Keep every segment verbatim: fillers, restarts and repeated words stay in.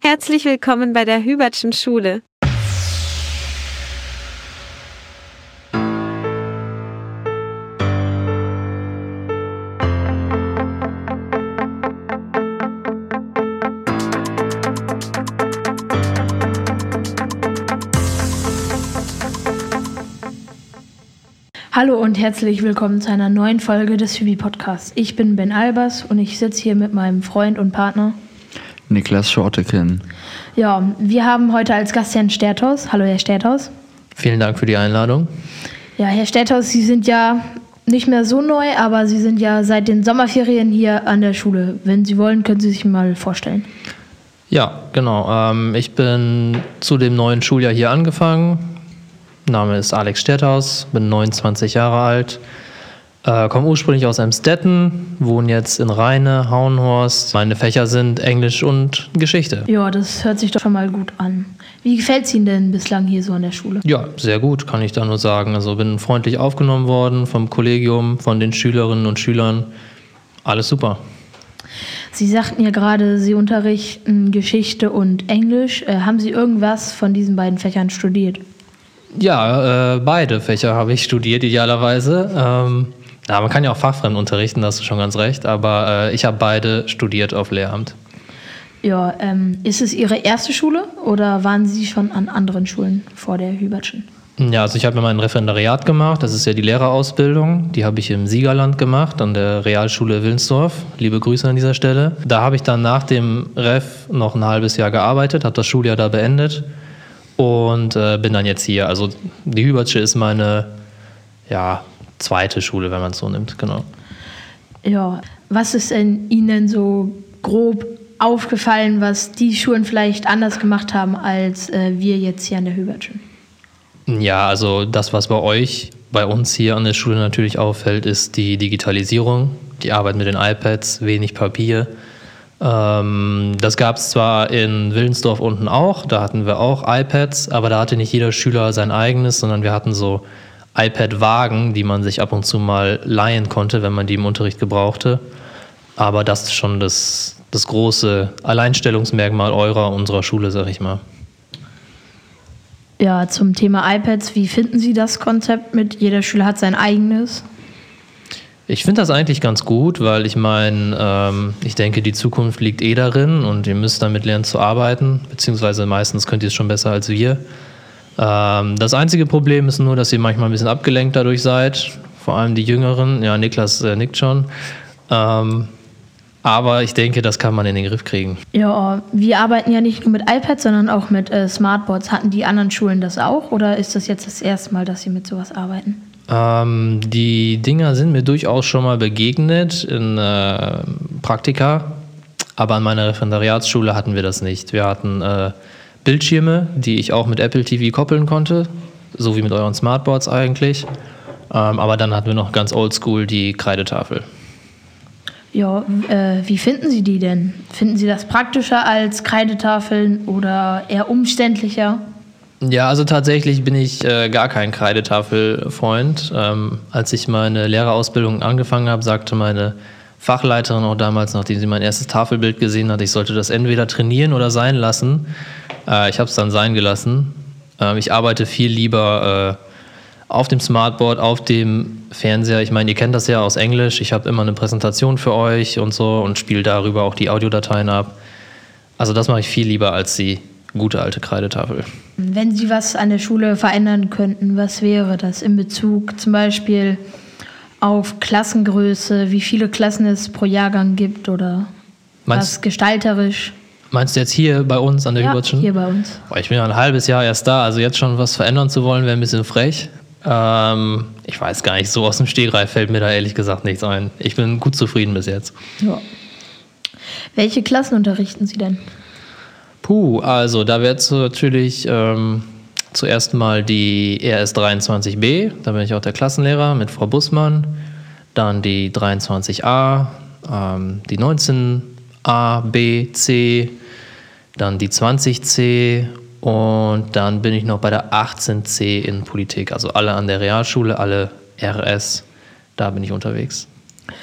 Herzlich willkommen bei der Hübertschen Schule. Hallo und herzlich willkommen zu einer neuen Folge des Hübi-Podcasts. Ich bin Ben Albers und ich sitze hier mit meinem Freund und Partner Niklas Schorteken. Ja, wir haben heute als Gast Herrn Sterthaus. Hallo Herr Sterthaus. Vielen Dank für die Einladung. Ja, Herr Sterthaus, Sie sind ja nicht mehr so neu, aber Sie sind ja seit den Sommerferien hier an der Schule. Wenn Sie wollen, können Sie sich mal vorstellen. Ja, genau. Ähm, ich bin zu dem neuen Schuljahr hier angefangen. Name ist Alex Sterthaus, bin neunundzwanzig Jahre alt, äh, komme ursprünglich aus Emstetten, wohne jetzt in Rheine, Hauenhorst. Meine Fächer sind Englisch und Geschichte. Ja, das hört sich doch schon mal gut an. Wie gefällt es Ihnen denn bislang hier so an der Schule? Ja, sehr gut, kann ich da nur sagen. Also bin freundlich aufgenommen worden vom Kollegium, von den Schülerinnen und Schülern. Alles super. Sie sagten ja gerade, Sie unterrichten Geschichte und Englisch. Äh, haben Sie irgendwas von diesen beiden Fächern studiert? Ja, äh, beide Fächer habe ich studiert, idealerweise. Ähm, ja, man kann ja auch fachfremd unterrichten, da hast du schon ganz recht, aber äh, ich habe beide studiert auf Lehramt. Ja, ähm, ist es Ihre erste Schule oder waren Sie schon an anderen Schulen vor der Hübertschen? Ja, also ich habe mir mein Referendariat gemacht, das ist ja die Lehrerausbildung, die habe ich im Siegerland gemacht, an der Realschule Wilnsdorf. Liebe Grüße an dieser Stelle. Da habe ich dann nach dem Ref noch ein halbes Jahr gearbeitet, habe das Schuljahr da beendet. Und äh, bin dann jetzt hier. Also die Hübertsche ist meine ja, zweite Schule, wenn man es so nimmt, genau. Ja, was ist denn Ihnen so grob aufgefallen, was die Schulen vielleicht anders gemacht haben, als äh, wir jetzt hier an der Hübertschen? Ja, also das, was bei euch, bei uns hier an der Schule natürlich auffällt, ist die Digitalisierung, die Arbeit mit den iPads, wenig Papier. Das gab es zwar in Wilnsdorf unten auch, da hatten wir auch iPads, aber da hatte nicht jeder Schüler sein eigenes, sondern wir hatten so iPad-Wagen, die man sich ab und zu mal leihen konnte, wenn man die im Unterricht gebrauchte. Aber das ist schon das, das große Alleinstellungsmerkmal eurer, unserer Schule, sag ich mal. Ja, zum Thema iPads, wie finden Sie das Konzept mit jeder Schüler hat sein eigenes? Ich finde das eigentlich ganz gut, weil ich meine, ähm, ich denke, die Zukunft liegt eh darin und ihr müsst damit lernen zu arbeiten, beziehungsweise meistens könnt ihr es schon besser als wir. Ähm, das einzige Problem ist nur, dass ihr manchmal ein bisschen abgelenkt dadurch seid, vor allem die Jüngeren. Ja, Niklas äh, nickt schon. Ähm, aber ich denke, das kann man in den Griff kriegen. Ja, wir arbeiten ja nicht nur mit iPads, sondern auch mit äh, Smartboards. Hatten die anderen Schulen das auch oder ist das jetzt das erste Mal, dass sie mit sowas arbeiten? Ähm, die Dinger sind mir durchaus schon mal begegnet in äh, Praktika, aber an meiner Referendariatsschule hatten wir das nicht. Wir hatten äh, Bildschirme, die ich auch mit Apple T V koppeln konnte, so wie mit euren Smartboards eigentlich. Ähm, aber dann hatten wir noch ganz oldschool die Kreidetafel. Ja, äh, wie finden Sie die denn? Finden Sie das praktischer als Kreidetafeln oder eher umständlicher? Ja, also tatsächlich bin ich äh, gar kein Kreidetafelfreund. Ähm, als ich meine Lehrerausbildung angefangen habe, sagte meine Fachleiterin auch damals, nachdem sie mein erstes Tafelbild gesehen hat, ich sollte das entweder trainieren oder sein lassen. Äh, ich habe es dann sein gelassen. Ähm, ich arbeite viel lieber äh, auf dem Smartboard, auf dem Fernseher. Ich meine, ihr kennt das ja aus Englisch. Ich habe immer eine Präsentation für euch und so und spiele darüber auch die Audiodateien ab. Also das mache ich viel lieber als die gute alte Kreidetafel. Wenn Sie was an der Schule verändern könnten, was wäre das in Bezug zum Beispiel auf Klassengröße, wie viele Klassen es pro Jahrgang gibt oder meinst, was gestalterisch? Meinst du jetzt hier bei uns an der ja, Hübertschen? Hier bei uns. Boah, ich bin ja ein halbes Jahr erst da, also jetzt schon was verändern zu wollen, wäre ein bisschen frech. Ähm, ich weiß gar nicht, so aus dem Stegreif fällt mir da ehrlich gesagt nichts ein. Ich bin gut zufrieden bis jetzt. Ja. Welche Klassen unterrichten Sie denn? Puh, also da wäre es natürlich ähm, zuerst mal die R S dreiundzwanzig b, da bin ich auch der Klassenlehrer mit Frau Bussmann. Dann die dreiundzwanzig a, ähm, die neunzehn a, b, c, dann die zwanzig c und dann bin ich noch bei der achtzehn c in Politik. Also alle an der Realschule, alle R S, da bin ich unterwegs.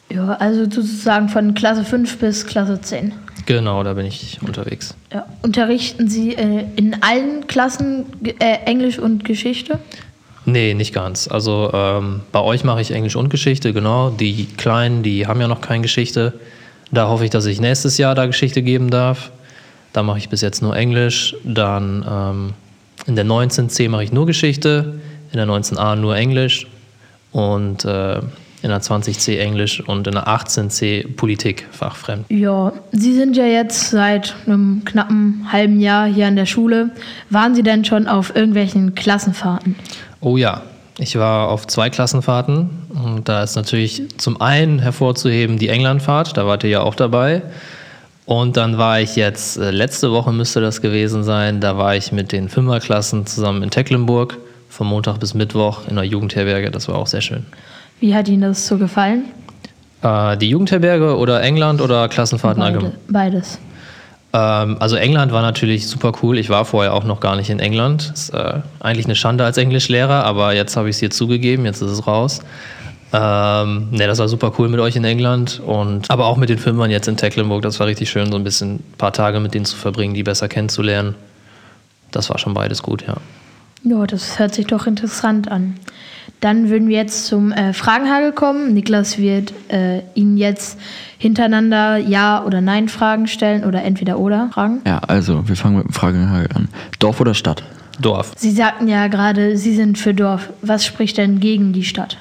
Ja, also sozusagen von Klasse fünf bis Klasse zehn. Genau, da bin ich unterwegs. Ja. Unterrichten Sie äh, in allen Klassen äh, Englisch und Geschichte? Nee, nicht ganz. Also ähm, bei euch mache ich Englisch und Geschichte, genau. Die Kleinen, die haben ja noch keine Geschichte. Da hoffe ich, dass ich nächstes Jahr da Geschichte geben darf. Da mache ich bis jetzt nur Englisch. Dann ähm, in der neunzehn C mache ich nur Geschichte, in der neunzehn A nur Englisch und äh, in der zwanzig C Englisch und in der achtzehn C Politik, fachfremd. Ja, Sie sind ja jetzt seit einem knappen halben Jahr hier an der Schule. Waren Sie denn schon auf irgendwelchen Klassenfahrten? Oh ja, ich war auf zwei Klassenfahrten und da ist natürlich zum einen hervorzuheben die Englandfahrt, da wart ihr ja auch dabei. Und dann war ich jetzt, äh, letzte Woche müsste das gewesen sein, da war ich mit den Fünferklassen zusammen in Tecklenburg, von Montag bis Mittwoch in der Jugendherberge, das war auch sehr schön. Wie hat Ihnen das so gefallen? Äh, die Jugendherberge oder England oder Klassenfahrten Beide, allgemein? Beides. Ähm, also England war natürlich super cool. Ich war vorher auch noch gar nicht in England. Ist äh, eigentlich eine Schande als Englischlehrer, aber jetzt habe ich es dir zugegeben, jetzt ist es raus. Ähm, ne, das war super cool mit euch in England und aber auch mit den Fünfern jetzt in Tecklenburg. Das war richtig schön, so ein bisschen ein paar Tage mit denen zu verbringen, die besser kennenzulernen. Das war schon beides gut, ja. Ja, das hört sich doch interessant an. Dann würden wir jetzt zum äh, Fragenhagel kommen. Niklas wird äh, Ihnen jetzt hintereinander Ja- oder Nein-Fragen stellen oder Entweder-Oder Fragen. Ja, also wir fangen mit dem Fragenhagel an. Dorf oder Stadt? Dorf. Sie sagten ja gerade, Sie sind für Dorf. Was spricht denn gegen die Stadt?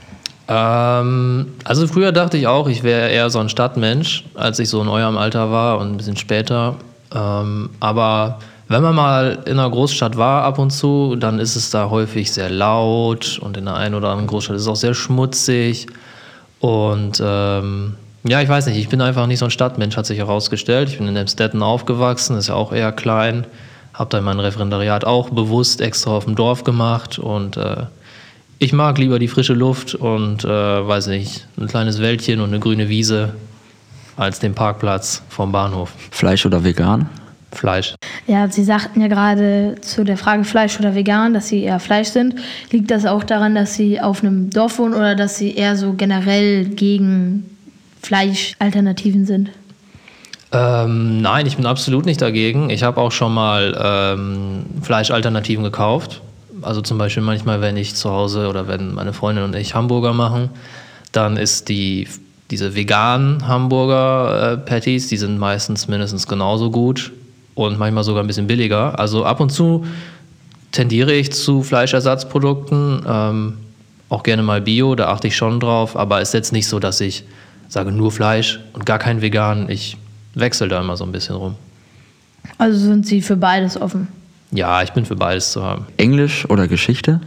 Ähm, also früher dachte ich auch, ich wäre eher so ein Stadtmensch, als ich so in eurem Alter war und ein bisschen später. Ähm, aber wenn man mal in einer Großstadt war ab und zu, dann ist es da häufig sehr laut und in der einen oder anderen Großstadt ist es auch sehr schmutzig. Und ähm, ja, ich weiß nicht, ich bin einfach nicht so ein Stadtmensch, hat sich herausgestellt. Ich bin in Emstetten aufgewachsen, ist ja auch eher klein. Habe dann mein Referendariat auch bewusst extra auf dem Dorf gemacht und äh, ich mag lieber die frische Luft und, äh, weiß nicht, ein kleines Wäldchen und eine grüne Wiese als den Parkplatz vom Bahnhof. Fleisch oder vegan? Fleisch. Ja, Sie sagten ja gerade zu der Frage Fleisch oder vegan, dass Sie eher Fleisch sind. Liegt das auch daran, dass Sie auf einem Dorf wohnen oder dass Sie eher so generell gegen Fleischalternativen sind? Ähm, nein, ich bin absolut nicht dagegen. Ich habe auch schon mal ähm, Fleischalternativen gekauft. Also zum Beispiel manchmal, wenn ich zu Hause oder wenn meine Freundin und ich Hamburger machen, dann ist die, diese veganen Hamburger-Patties, die sind meistens mindestens genauso gut und manchmal sogar ein bisschen billiger. Also ab und zu tendiere ich zu Fleischersatzprodukten, ähm, auch gerne mal Bio, da achte ich schon drauf, aber es ist jetzt nicht so, dass ich sage nur Fleisch und gar kein Vegan. Ich wechsle da immer so ein bisschen rum. Also sind Sie für beides offen? Ja, ich bin für beides zu haben. Englisch oder Geschichte?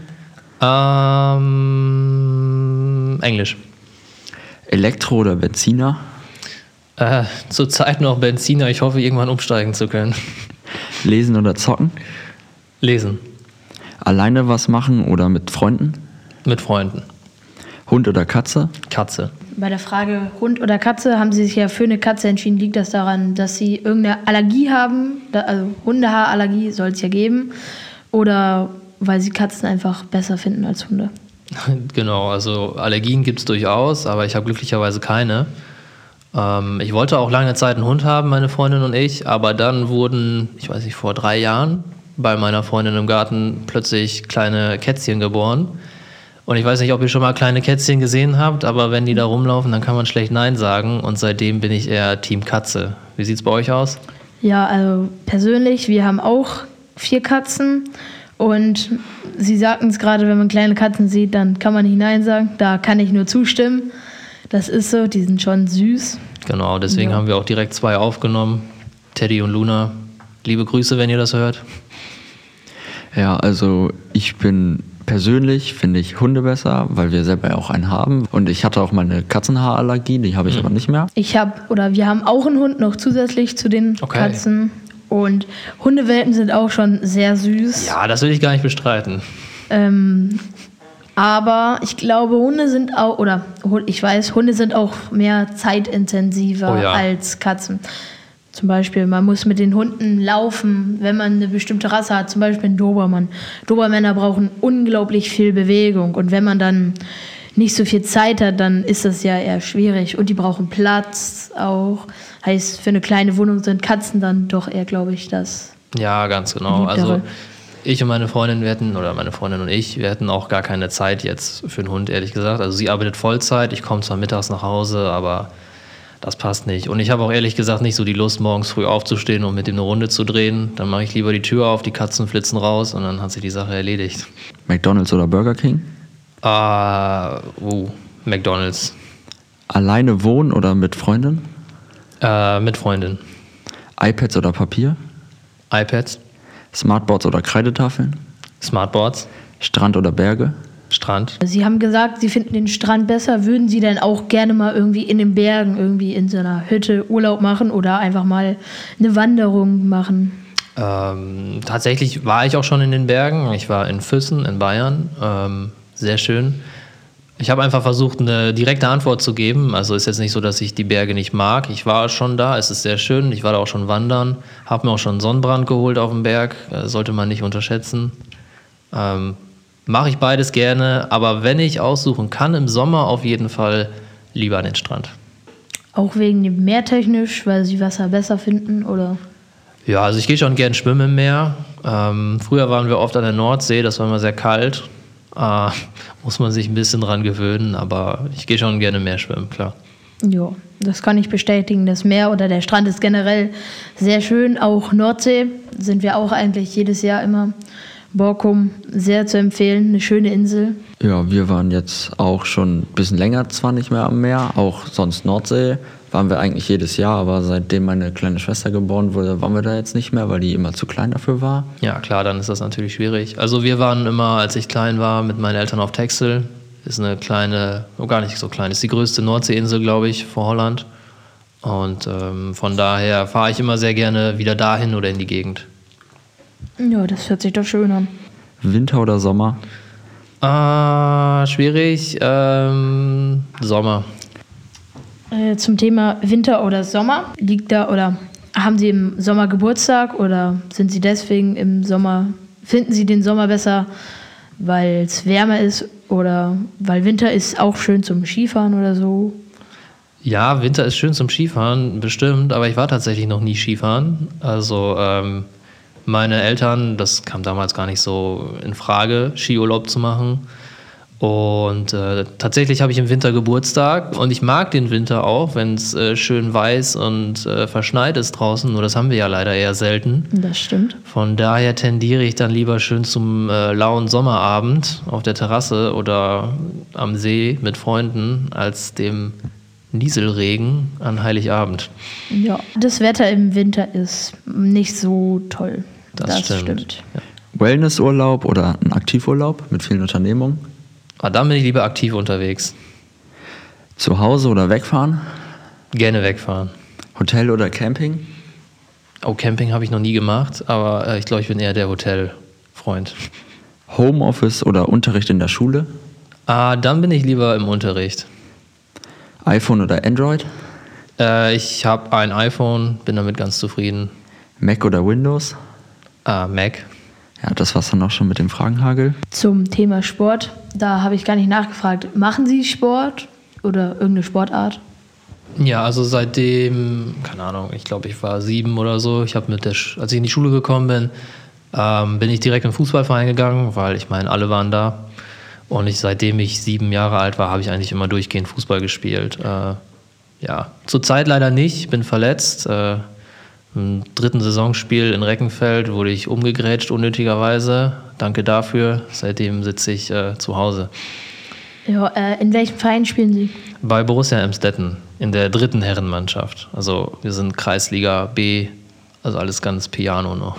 Ähm, Englisch. Elektro oder Benziner? Äh, zurzeit noch Benziner. Ich hoffe, irgendwann umsteigen zu können. Lesen oder zocken? Lesen. Alleine was machen oder mit Freunden? Mit Freunden. Hund oder Katze? Katze. Bei der Frage Hund oder Katze haben Sie sich ja für eine Katze entschieden. Liegt das daran, dass Sie irgendeine Allergie haben? Da, also Hundehaarallergie soll es ja geben. Oder weil Sie Katzen einfach besser finden als Hunde? Genau, also Allergien gibt es durchaus, aber ich habe glücklicherweise keine. Ähm, ich wollte auch lange Zeit einen Hund haben, meine Freundin und ich, aber dann wurden, ich weiß nicht, vor drei Jahren bei meiner Freundin im Garten plötzlich kleine Kätzchen geboren. Und ich weiß nicht, ob ihr schon mal kleine Kätzchen gesehen habt, aber wenn die da rumlaufen, dann kann man schlecht Nein sagen. Und seitdem bin ich eher Team Katze. Wie sieht es bei euch aus? Ja, also persönlich, wir haben auch vier Katzen. Und Sie sagten es gerade, wenn man kleine Katzen sieht, dann kann man nicht Nein sagen. Da kann ich nur zustimmen. Das ist so, die sind schon süß. Genau, deswegen ja. haben wir auch direkt zwei aufgenommen. Teddy und Luna. Liebe Grüße, wenn ihr das hört. Ja, also ich bin... Persönlich finde ich Hunde besser, weil wir selber ja auch einen haben. Und ich hatte auch mal eine Katzenhaarallergie, die habe ich mhm. aber nicht mehr. Ich habe, oder wir haben auch einen Hund noch zusätzlich zu den okay. Katzen. Und Hundewelpen sind auch schon sehr süß. Ja, das will ich gar nicht bestreiten. Ähm, aber ich glaube, Hunde sind auch, oder ich weiß, Hunde sind auch mehr zeitintensiver oh ja. als Katzen. Zum Beispiel, man muss mit den Hunden laufen, wenn man eine bestimmte Rasse hat, zum Beispiel ein Dobermann. Dobermänner brauchen unglaublich viel Bewegung. Und wenn man dann nicht so viel Zeit hat, dann ist das ja eher schwierig. Und die brauchen Platz auch. Heißt, für eine kleine Wohnung sind Katzen dann doch eher, glaube ich, das. Ja, ganz genau. Beliebtere. Also ich und meine Freundin, wir hatten, oder meine Freundin und ich, wir hatten auch gar keine Zeit jetzt für einen Hund, ehrlich gesagt. Also sie arbeitet Vollzeit, ich komme zwar mittags nach Hause, aber das passt nicht. Und ich habe auch ehrlich gesagt nicht so die Lust, morgens früh aufzustehen und mit ihm eine Runde zu drehen. Dann mache ich lieber die Tür auf, die Katzen flitzen raus und dann hat sich die Sache erledigt. McDonald's oder Burger King? Ah, uh, McDonald's. Alleine wohnen oder mit Freundin? Äh, mit Freundin. iPads oder Papier? iPads. Smartboards oder Kreidetafeln? Smartboards. Strand oder Berge? Strand. Sie haben gesagt, Sie finden den Strand besser. Würden Sie dann auch gerne mal irgendwie in den Bergen, irgendwie in so einer Hütte Urlaub machen oder einfach mal eine Wanderung machen? Ähm, tatsächlich war ich auch schon in den Bergen. Ich war in Füssen in Bayern. Ähm, sehr schön. Ich habe einfach versucht, eine direkte Antwort zu geben. Also ist jetzt nicht so, dass ich die Berge nicht mag. Ich war schon da, es ist sehr schön. Ich war da auch schon wandern, habe mir auch schon einen Sonnenbrand geholt auf dem Berg. Äh, sollte man nicht unterschätzen. Ähm, Mache ich beides gerne, aber wenn ich aussuchen kann, im Sommer auf jeden Fall lieber an den Strand. Auch wegen dem Meer technisch, weil Sie Wasser besser finden, oder? Ja, also ich gehe schon gern schwimmen im Meer. Ähm, früher waren wir oft an der Nordsee, das war immer sehr kalt. Äh, muss man sich ein bisschen dran gewöhnen, aber ich gehe schon gerne im Meer schwimmen, klar. Ja, das kann ich bestätigen. Das Meer oder der Strand ist generell sehr schön. Auch Nordsee sind wir auch eigentlich jedes Jahr immer. Borkum, sehr zu empfehlen, eine schöne Insel. Ja, wir waren jetzt auch schon ein bisschen länger zwar nicht mehr am Meer, auch sonst Nordsee waren wir eigentlich jedes Jahr, aber seitdem meine kleine Schwester geboren wurde, waren wir da jetzt nicht mehr, weil die immer zu klein dafür war. Ja, klar, dann ist das natürlich schwierig. Also wir waren immer, als ich klein war, mit meinen Eltern auf Texel. Ist eine kleine, oh gar nicht so klein, ist die größte Nordseeinsel, glaube ich, vor Holland. Und ähm, von daher fahre ich immer sehr gerne wieder dahin oder in die Gegend. Ja, das hört sich doch schön an. Winter oder Sommer? Ah, schwierig. Ähm, Sommer. Äh, zum Thema Winter oder Sommer, liegt da oder haben Sie im Sommer Geburtstag oder sind Sie deswegen im Sommer, finden Sie den Sommer besser, weil es wärmer ist oder weil Winter ist auch schön zum Skifahren oder so? Ja, Winter ist schön zum Skifahren, bestimmt, aber ich war tatsächlich noch nie Skifahren. Also ähm, meine Eltern, das kam damals gar nicht so in Frage, Skiurlaub zu machen. Und äh, tatsächlich habe ich im Winter Geburtstag und ich mag den Winter auch, wenn es äh, schön weiß und äh, verschneit ist draußen. Nur das haben wir ja leider eher selten. Das stimmt. Von daher tendiere ich dann lieber schön zum äh, lauen Sommerabend auf der Terrasse oder am See mit Freunden als dem Nieselregen an Heiligabend. Ja, das Wetter im Winter ist nicht so toll. Das, das stimmt. stimmt. Ja. Wellnessurlaub oder ein Aktivurlaub mit vielen Unternehmungen? Aber dann bin ich lieber aktiv unterwegs. Zu Hause oder wegfahren? Gerne wegfahren. Hotel oder Camping? Oh, Camping habe ich noch nie gemacht, aber äh, ich glaube, ich bin eher der Hotelfreund. Homeoffice oder Unterricht in der Schule? Ah, dann bin ich lieber im Unterricht. iPhone oder Android? Äh, ich habe ein iPhone, bin damit ganz zufrieden. Mac oder Windows? Ah, Mac. Ja, das war's dann auch schon mit dem Fragenhagel. Zum Thema Sport, da habe ich gar nicht nachgefragt. Machen Sie Sport oder irgendeine Sportart? Ja, also seitdem, keine Ahnung, ich glaube, ich war sieben oder so. Ich habe mit der, Sch- als ich in die Schule gekommen bin, ähm, bin ich direkt in den Fußballverein gegangen, weil ich meine, alle waren da. Und ich, seitdem ich sieben Jahre alt war, habe ich eigentlich immer durchgehend Fußball gespielt. Äh, ja, zurzeit leider nicht, bin verletzt. Äh, Im dritten Saisonspiel in Reckenfeld wurde ich umgegrätscht unnötigerweise. Danke dafür. Seitdem sitze ich äh, zu Hause. Ja, äh, in welchem Verein spielen Sie? Bei Borussia Emstetten in der dritten Herrenmannschaft. Also wir sind Kreisliga B, also alles ganz Piano noch.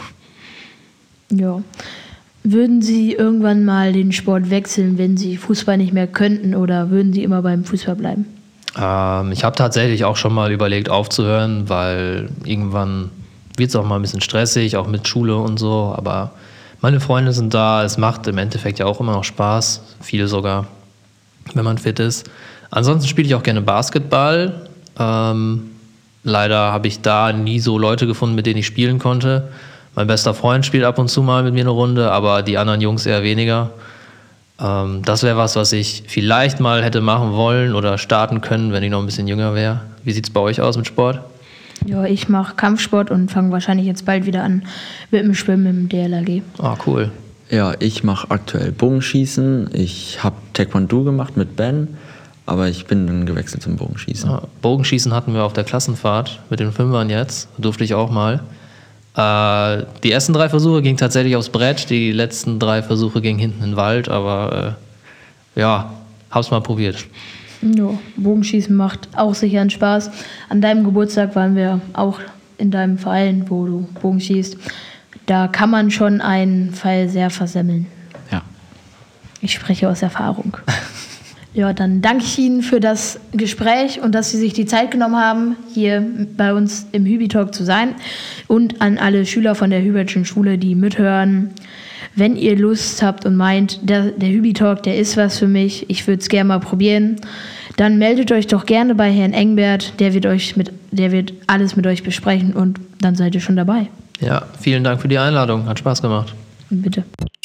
Ja. Würden Sie irgendwann mal den Sport wechseln, wenn Sie Fußball nicht mehr könnten, oder würden Sie immer beim Fußball bleiben? Ähm, ich habe tatsächlich auch schon mal überlegt aufzuhören, weil irgendwann wird es auch mal ein bisschen stressig, auch mit Schule und so. Aber meine Freunde sind da, es macht im Endeffekt ja auch immer noch Spaß, viel sogar, wenn man fit ist. Ansonsten spiele ich auch gerne Basketball. Ähm, leider habe ich da nie so Leute gefunden, mit denen ich spielen konnte. Mein bester Freund spielt ab und zu mal mit mir eine Runde, aber die anderen Jungs eher weniger. Ähm, das wäre was, was ich vielleicht mal hätte machen wollen oder starten können, wenn ich noch ein bisschen jünger wäre. Wie sieht es bei euch aus mit Sport? Ja, ich mache Kampfsport und fange wahrscheinlich jetzt bald wieder an mit dem Schwimmen im D L R G. Ah, cool. Ja, ich mache aktuell Bogenschießen. Ich habe Taekwondo gemacht mit Ben, aber ich bin dann gewechselt zum Bogenschießen. Ja, Bogenschießen hatten wir auf der Klassenfahrt mit den Fünfern jetzt. Durfte ich auch mal. Äh, die ersten drei Versuche gingen tatsächlich aufs Brett, die letzten drei Versuche gingen hinten in den Wald, aber äh, ja, hab's mal probiert. Ja, Bogenschießen macht auch sicher einen Spaß. An deinem Geburtstag waren wir auch in deinem Verein, wo du Bogen schießt. Da kann man schon einen Pfeil sehr versemmeln. Ja. Ich spreche aus Erfahrung. Ja, dann danke ich Ihnen für das Gespräch und dass Sie sich die Zeit genommen haben, hier bei uns im Hübi-Talk zu sein. Und an alle Schüler von der Hübertschen Schule, die mithören. Wenn ihr Lust habt und meint, der, der Hübi-Talk, der ist was für mich, ich würde es gerne mal probieren, dann meldet euch doch gerne bei Herrn Engbert, der wird, euch mit, der wird alles mit euch besprechen und dann seid ihr schon dabei. Ja, vielen Dank für die Einladung, hat Spaß gemacht. Bitte.